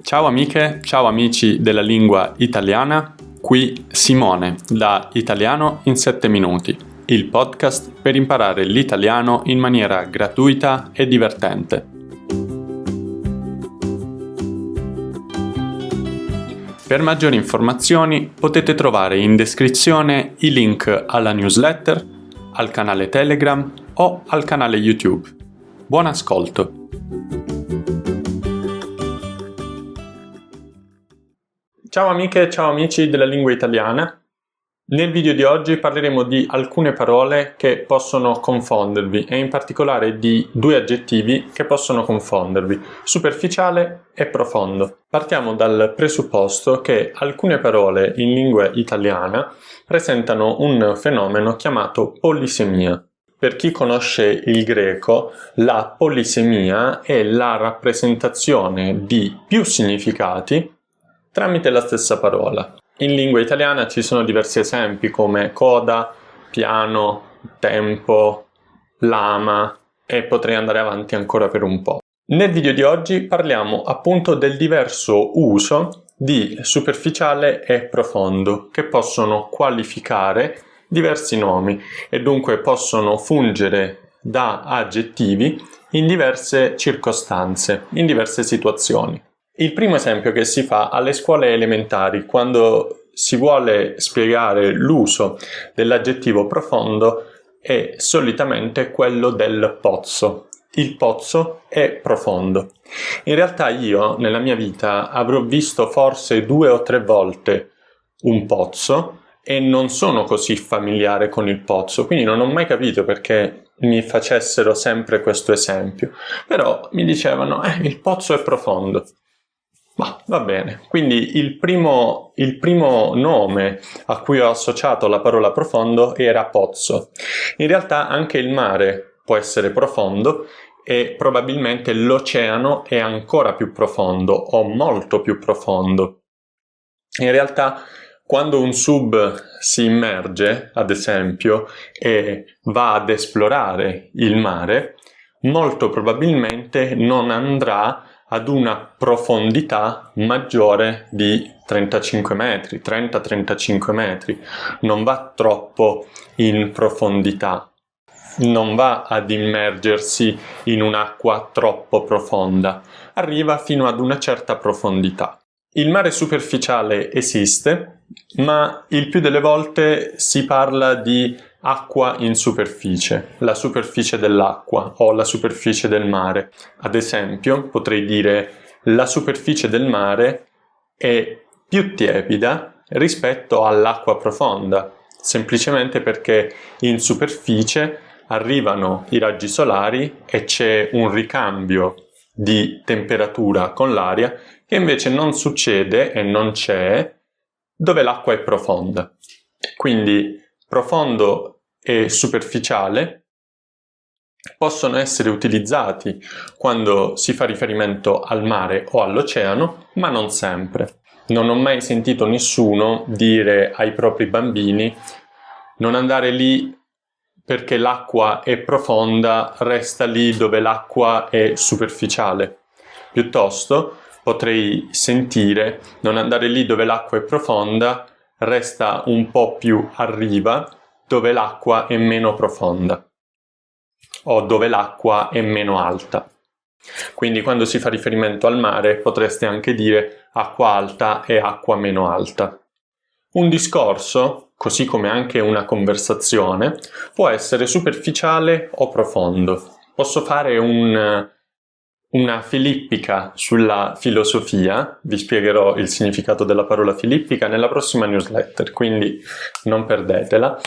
Ciao amiche, ciao amici della lingua italiana, qui Simone da Italiano in 7 minuti, il podcast per imparare l'italiano in maniera gratuita e divertente. Per maggiori informazioni potete trovare in descrizione i link alla newsletter, al canale Telegram o al canale YouTube. Buon ascolto! Ciao amiche, ciao amici della lingua italiana. Nel video di oggi parleremo di alcune parole che possono confondervi e in particolare di due aggettivi che possono confondervi, superficiale e profondo. Partiamo dal presupposto che alcune parole in lingua italiana presentano un fenomeno chiamato polisemia. Per chi conosce il greco, la polisemia è la rappresentazione di più significati tramite la stessa parola. In lingua italiana ci sono diversi esempi come coda, piano, tempo, lama e potrei andare avanti ancora per un po'. Nel video di oggi parliamo appunto del diverso uso di superficiale e profondo che possono qualificare diversi nomi e dunque possono fungere da aggettivi in diverse circostanze, in diverse situazioni. Il primo esempio che si fa alle scuole elementari quando si vuole spiegare l'uso dell'aggettivo profondo è solitamente quello del pozzo. Il pozzo è profondo. In realtà io nella mia vita avrò visto forse 2 o 3 volte un pozzo e non sono così familiare con il pozzo, quindi non ho mai capito perché mi facessero sempre questo esempio. Però mi dicevano, il pozzo è profondo. Ma va bene, quindi il primo nome a cui ho associato la parola profondo era pozzo. In realtà anche il mare può essere profondo e probabilmente l'oceano è ancora più profondo o molto più profondo. In realtà quando un sub si immerge, ad esempio, e va ad esplorare il mare, molto probabilmente non andrà ad una profondità maggiore di 35 metri, 30-35 metri. Non va troppo in profondità, non va ad immergersi in un'acqua troppo profonda, arriva fino ad una certa profondità. Il mare superficiale esiste, ma il più delle volte si parla di acqua in superficie, la superficie dell'acqua o la superficie del mare. Ad esempio, potrei dire la superficie del mare è più tiepida rispetto all'acqua profonda, semplicemente perché in superficie arrivano i raggi solari e c'è un ricambio di temperatura con l'aria che invece non succede e non c'è dove l'acqua è profonda. Quindi profondo e superficiale possono essere utilizzati quando si fa riferimento al mare o all'oceano, ma non sempre. Non ho mai sentito nessuno dire ai propri bambini non andare lì perché l'acqua è profonda, resta lì dove l'acqua è superficiale. Piuttosto potrei sentire non andare lì dove l'acqua è profonda, resta un po' più a riva dove l'acqua è meno profonda o dove l'acqua è meno alta. Quindi quando si fa riferimento al mare potreste anche dire acqua alta e acqua meno alta. Un discorso, così come anche una conversazione, può essere superficiale o profondo. Posso fare una filippica sulla filosofia, vi spiegherò il significato della parola filippica nella prossima newsletter, quindi non perdetela.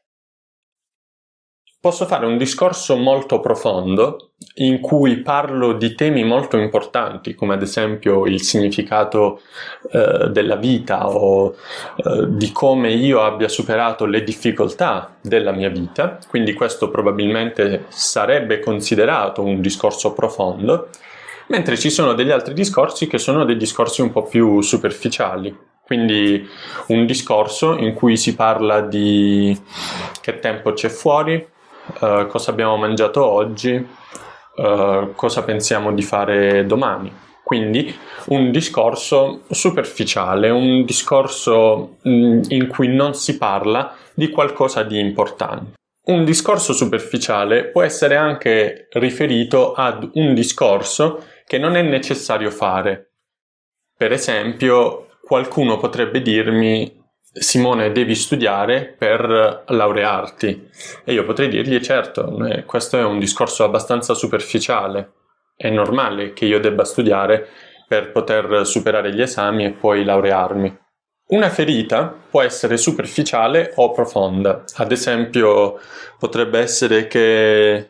Posso fare un discorso molto profondo in cui parlo di temi molto importanti, come ad esempio il significato della vita o di come io abbia superato le difficoltà della mia vita, quindi questo probabilmente sarebbe considerato un discorso profondo, mentre ci sono degli altri discorsi che sono dei discorsi un po' più superficiali. Quindi un discorso in cui si parla di che tempo c'è fuori, cosa abbiamo mangiato oggi, cosa pensiamo di fare domani. Quindi un discorso superficiale, un discorso in cui non si parla di qualcosa di importante. Un discorso superficiale può essere anche riferito ad un discorso che non è necessario fare. Per esempio, qualcuno potrebbe dirmi: Simone, devi studiare per laurearti. E io potrei dirgli: certo, questo è un discorso abbastanza superficiale. È normale che io debba studiare per poter superare gli esami e poi laurearmi. Una ferita può essere superficiale o profonda. Ad esempio, potrebbe essere che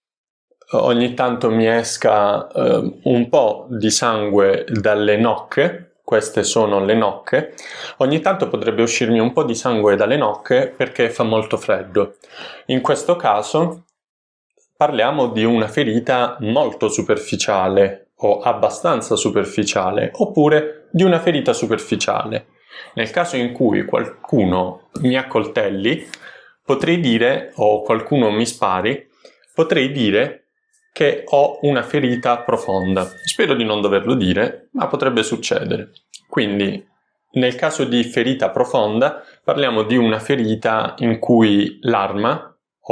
ogni tanto mi esca un po' di sangue dalle nocche. Queste sono le nocche. Ogni tanto potrebbe uscirmi un po' di sangue dalle nocche perché fa molto freddo. In questo caso parliamo di una ferita molto superficiale o abbastanza superficiale, oppure di una ferita superficiale. Nel caso in cui qualcuno mi accoltelli, potrei dire, o qualcuno mi spari, potrei dire che ho una ferita profonda. Spero di non doverlo dire, ma potrebbe succedere. Quindi, nel caso di ferita profonda, parliamo di una ferita in cui l'arma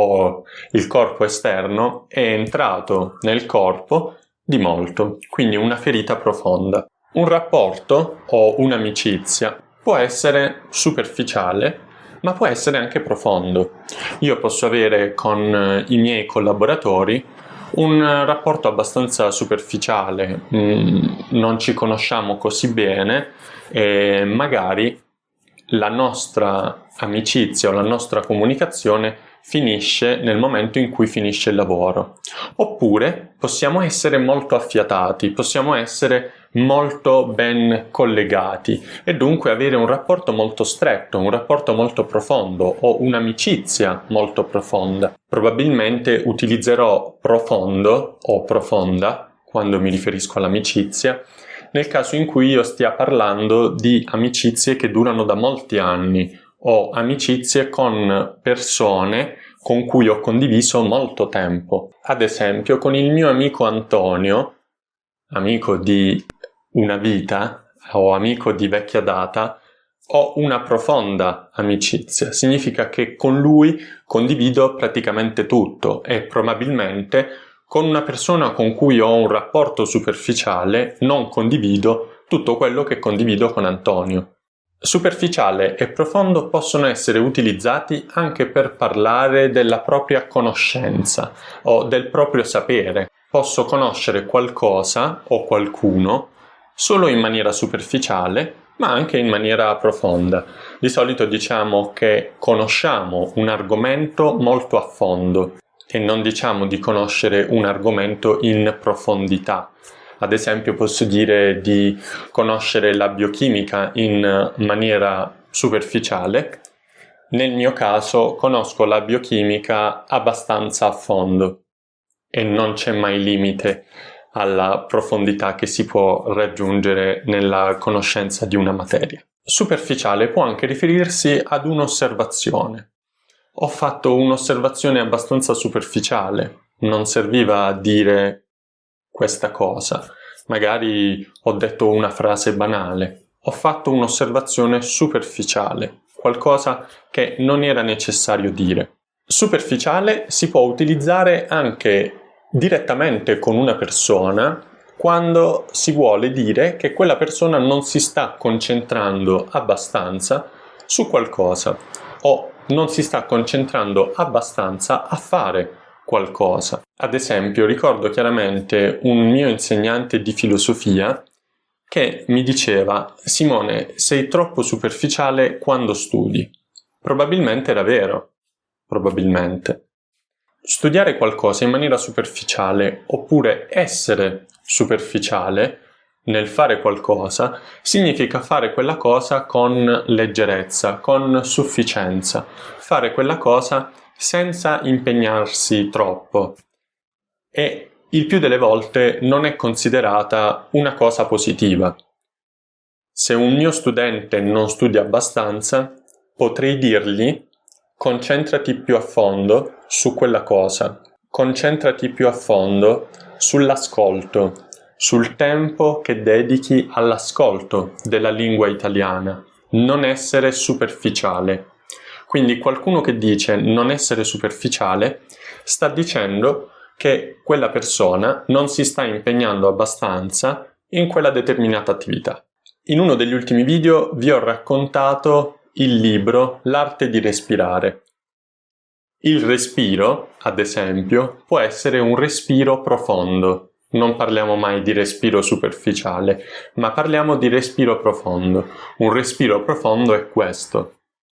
o il corpo esterno è entrato nel corpo di molto, quindi una ferita profonda. Un rapporto o un'amicizia può essere superficiale, ma può essere anche profondo. Io posso avere con i miei collaboratori un rapporto abbastanza superficiale, non ci conosciamo così bene e magari la nostra amicizia o la nostra comunicazione finisce nel momento in cui finisce il lavoro. Oppure possiamo essere molto affiatati, possiamo essere molto ben collegati e dunque avere un rapporto molto stretto, un rapporto molto profondo o un'amicizia molto profonda. Probabilmente utilizzerò profondo o profonda quando mi riferisco all'amicizia nel caso in cui io stia parlando di amicizie che durano da molti anni o amicizie con persone con cui ho condiviso molto tempo. Ad esempio, con il mio amico Antonio, amico di una vita o amico di vecchia data, ho una profonda amicizia. Significa che con lui condivido praticamente tutto e probabilmente con una persona con cui ho un rapporto superficiale non condivido tutto quello che condivido con Antonio. Superficiale e profondo possono essere utilizzati anche per parlare della propria conoscenza o del proprio sapere. Posso conoscere qualcosa o qualcuno solo in maniera superficiale, ma anche in maniera profonda. Di solito diciamo che conosciamo un argomento molto a fondo e non diciamo di conoscere un argomento in profondità. Ad esempio posso dire di conoscere la biochimica in maniera superficiale. Nel mio caso conosco la biochimica abbastanza a fondo e non c'è mai limite alla profondità che si può raggiungere nella conoscenza di una materia. Superficiale può anche riferirsi ad un'osservazione. Ho fatto un'osservazione abbastanza superficiale, non serviva a dire questa cosa. Magari ho detto una frase banale. Ho fatto un'osservazione superficiale, qualcosa che non era necessario dire. Superficiale si può utilizzare anche direttamente con una persona quando si vuole dire che quella persona non si sta concentrando abbastanza su qualcosa o non si sta concentrando abbastanza a fare qualcosa. Ad esempio, ricordo chiaramente un mio insegnante di filosofia che mi diceva: Simone, sei troppo superficiale quando studi. Probabilmente era vero, probabilmente. Studiare qualcosa in maniera superficiale oppure essere superficiale nel fare qualcosa significa fare quella cosa con leggerezza, con sufficienza, fare quella cosa senza impegnarsi troppo e il più delle volte non è considerata una cosa positiva. Se un mio studente non studia abbastanza, potrei dirgli: concentrati più a fondo su quella cosa, concentrati più a fondo sull'ascolto, sul tempo che dedichi all'ascolto della lingua italiana, non essere superficiale. Quindi qualcuno che dice non essere superficiale sta dicendo che quella persona non si sta impegnando abbastanza in quella determinata attività. In uno degli ultimi video vi ho raccontato il libro L'arte di respirare. Il respiro, ad esempio, può essere un respiro profondo. Non parliamo mai di respiro superficiale, ma parliamo di respiro profondo. Un respiro profondo è questo.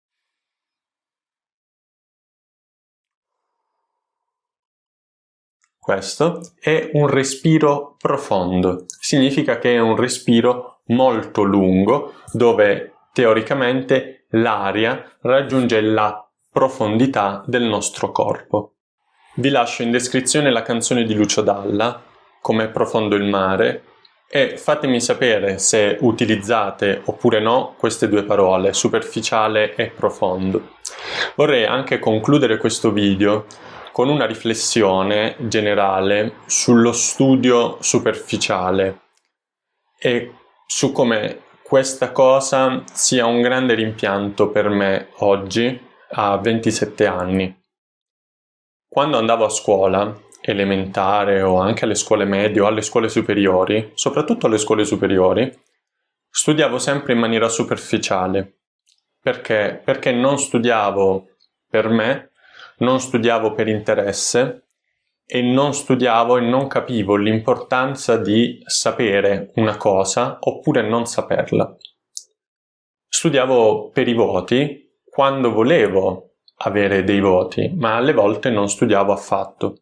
Questo è un respiro profondo. Significa che è un respiro molto lungo, dove teoricamente l'aria raggiunge la profondità del nostro corpo. Vi lascio in descrizione la canzone di Lucio Dalla, Com'è profondo il mare, e fatemi sapere se utilizzate oppure no queste due parole, superficiale e profondo. Vorrei anche concludere questo video con una riflessione generale sullo studio superficiale e su come questa cosa sia un grande rimpianto per me oggi, a 27 anni. Quando andavo a scuola elementare o anche alle scuole medie o alle scuole superiori, soprattutto alle scuole superiori, studiavo sempre in maniera superficiale. Perché? Perché non studiavo per me, non studiavo per interesse e non studiavo e non capivo l'importanza di sapere una cosa oppure non saperla. Studiavo per i voti quando volevo avere dei voti, ma alle volte non studiavo affatto.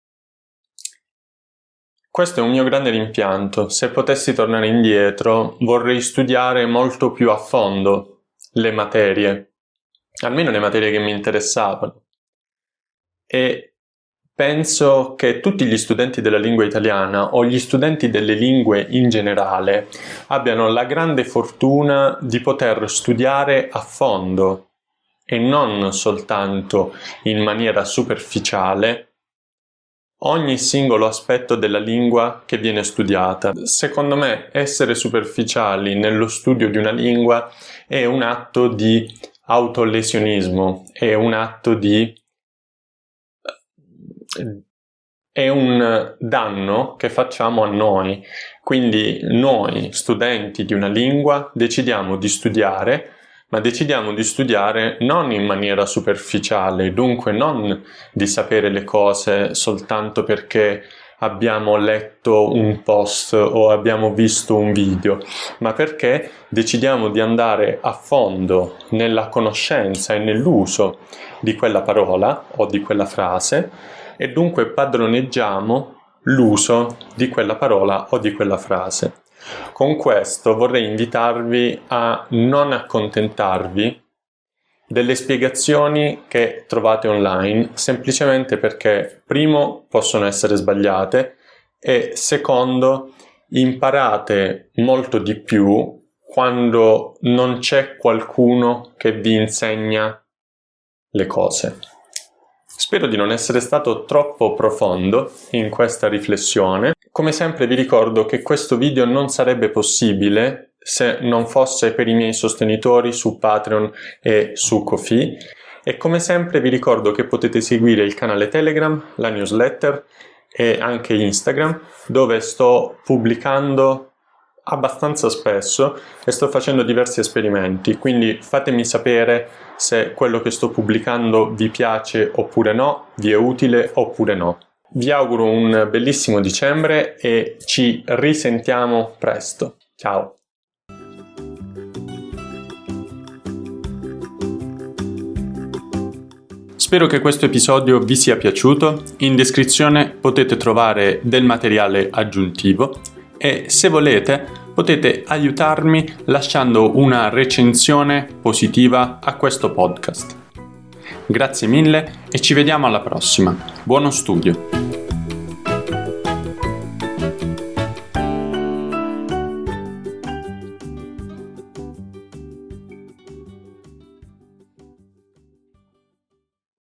Questo è un mio grande rimpianto. Se potessi tornare indietro, vorrei studiare molto più a fondo le materie, almeno le materie che mi interessavano. E penso che tutti gli studenti della lingua italiana o gli studenti delle lingue in generale abbiano la grande fortuna di poter studiare a fondo e non soltanto in maniera superficiale ogni singolo aspetto della lingua che viene studiata. Secondo me, essere superficiali nello studio di una lingua è un atto di autolesionismo, è un atto è un danno che facciamo a noi. Quindi noi, studenti di una lingua, decidiamo di studiare, ma decidiamo di studiare non in maniera superficiale, dunque non di sapere le cose soltanto perché abbiamo letto un post o abbiamo visto un video, ma perché decidiamo di andare a fondo nella conoscenza e nell'uso di quella parola o di quella frase e dunque padroneggiamo l'uso di quella parola o di quella frase. Con questo vorrei invitarvi a non accontentarvi delle spiegazioni che trovate online, semplicemente perché, primo, possono essere sbagliate e, secondo, imparate molto di più quando non c'è qualcuno che vi insegna le cose. Spero di non essere stato troppo profondo in questa riflessione. Come sempre vi ricordo che questo video non sarebbe possibile se non fosse per i miei sostenitori su Patreon e su Ko-fi. E come sempre vi ricordo che potete seguire il canale Telegram, la newsletter e anche Instagram, dove sto pubblicando abbastanza spesso e sto facendo diversi esperimenti, quindi fatemi sapere se quello che sto pubblicando vi piace oppure no, vi è utile oppure no. Vi auguro un bellissimo dicembre e ci risentiamo presto. Ciao! Spero che questo episodio vi sia piaciuto. In descrizione potete trovare del materiale aggiuntivo e se volete potete aiutarmi lasciando una recensione positiva a questo podcast. Grazie mille e ci vediamo alla prossima. Buono studio!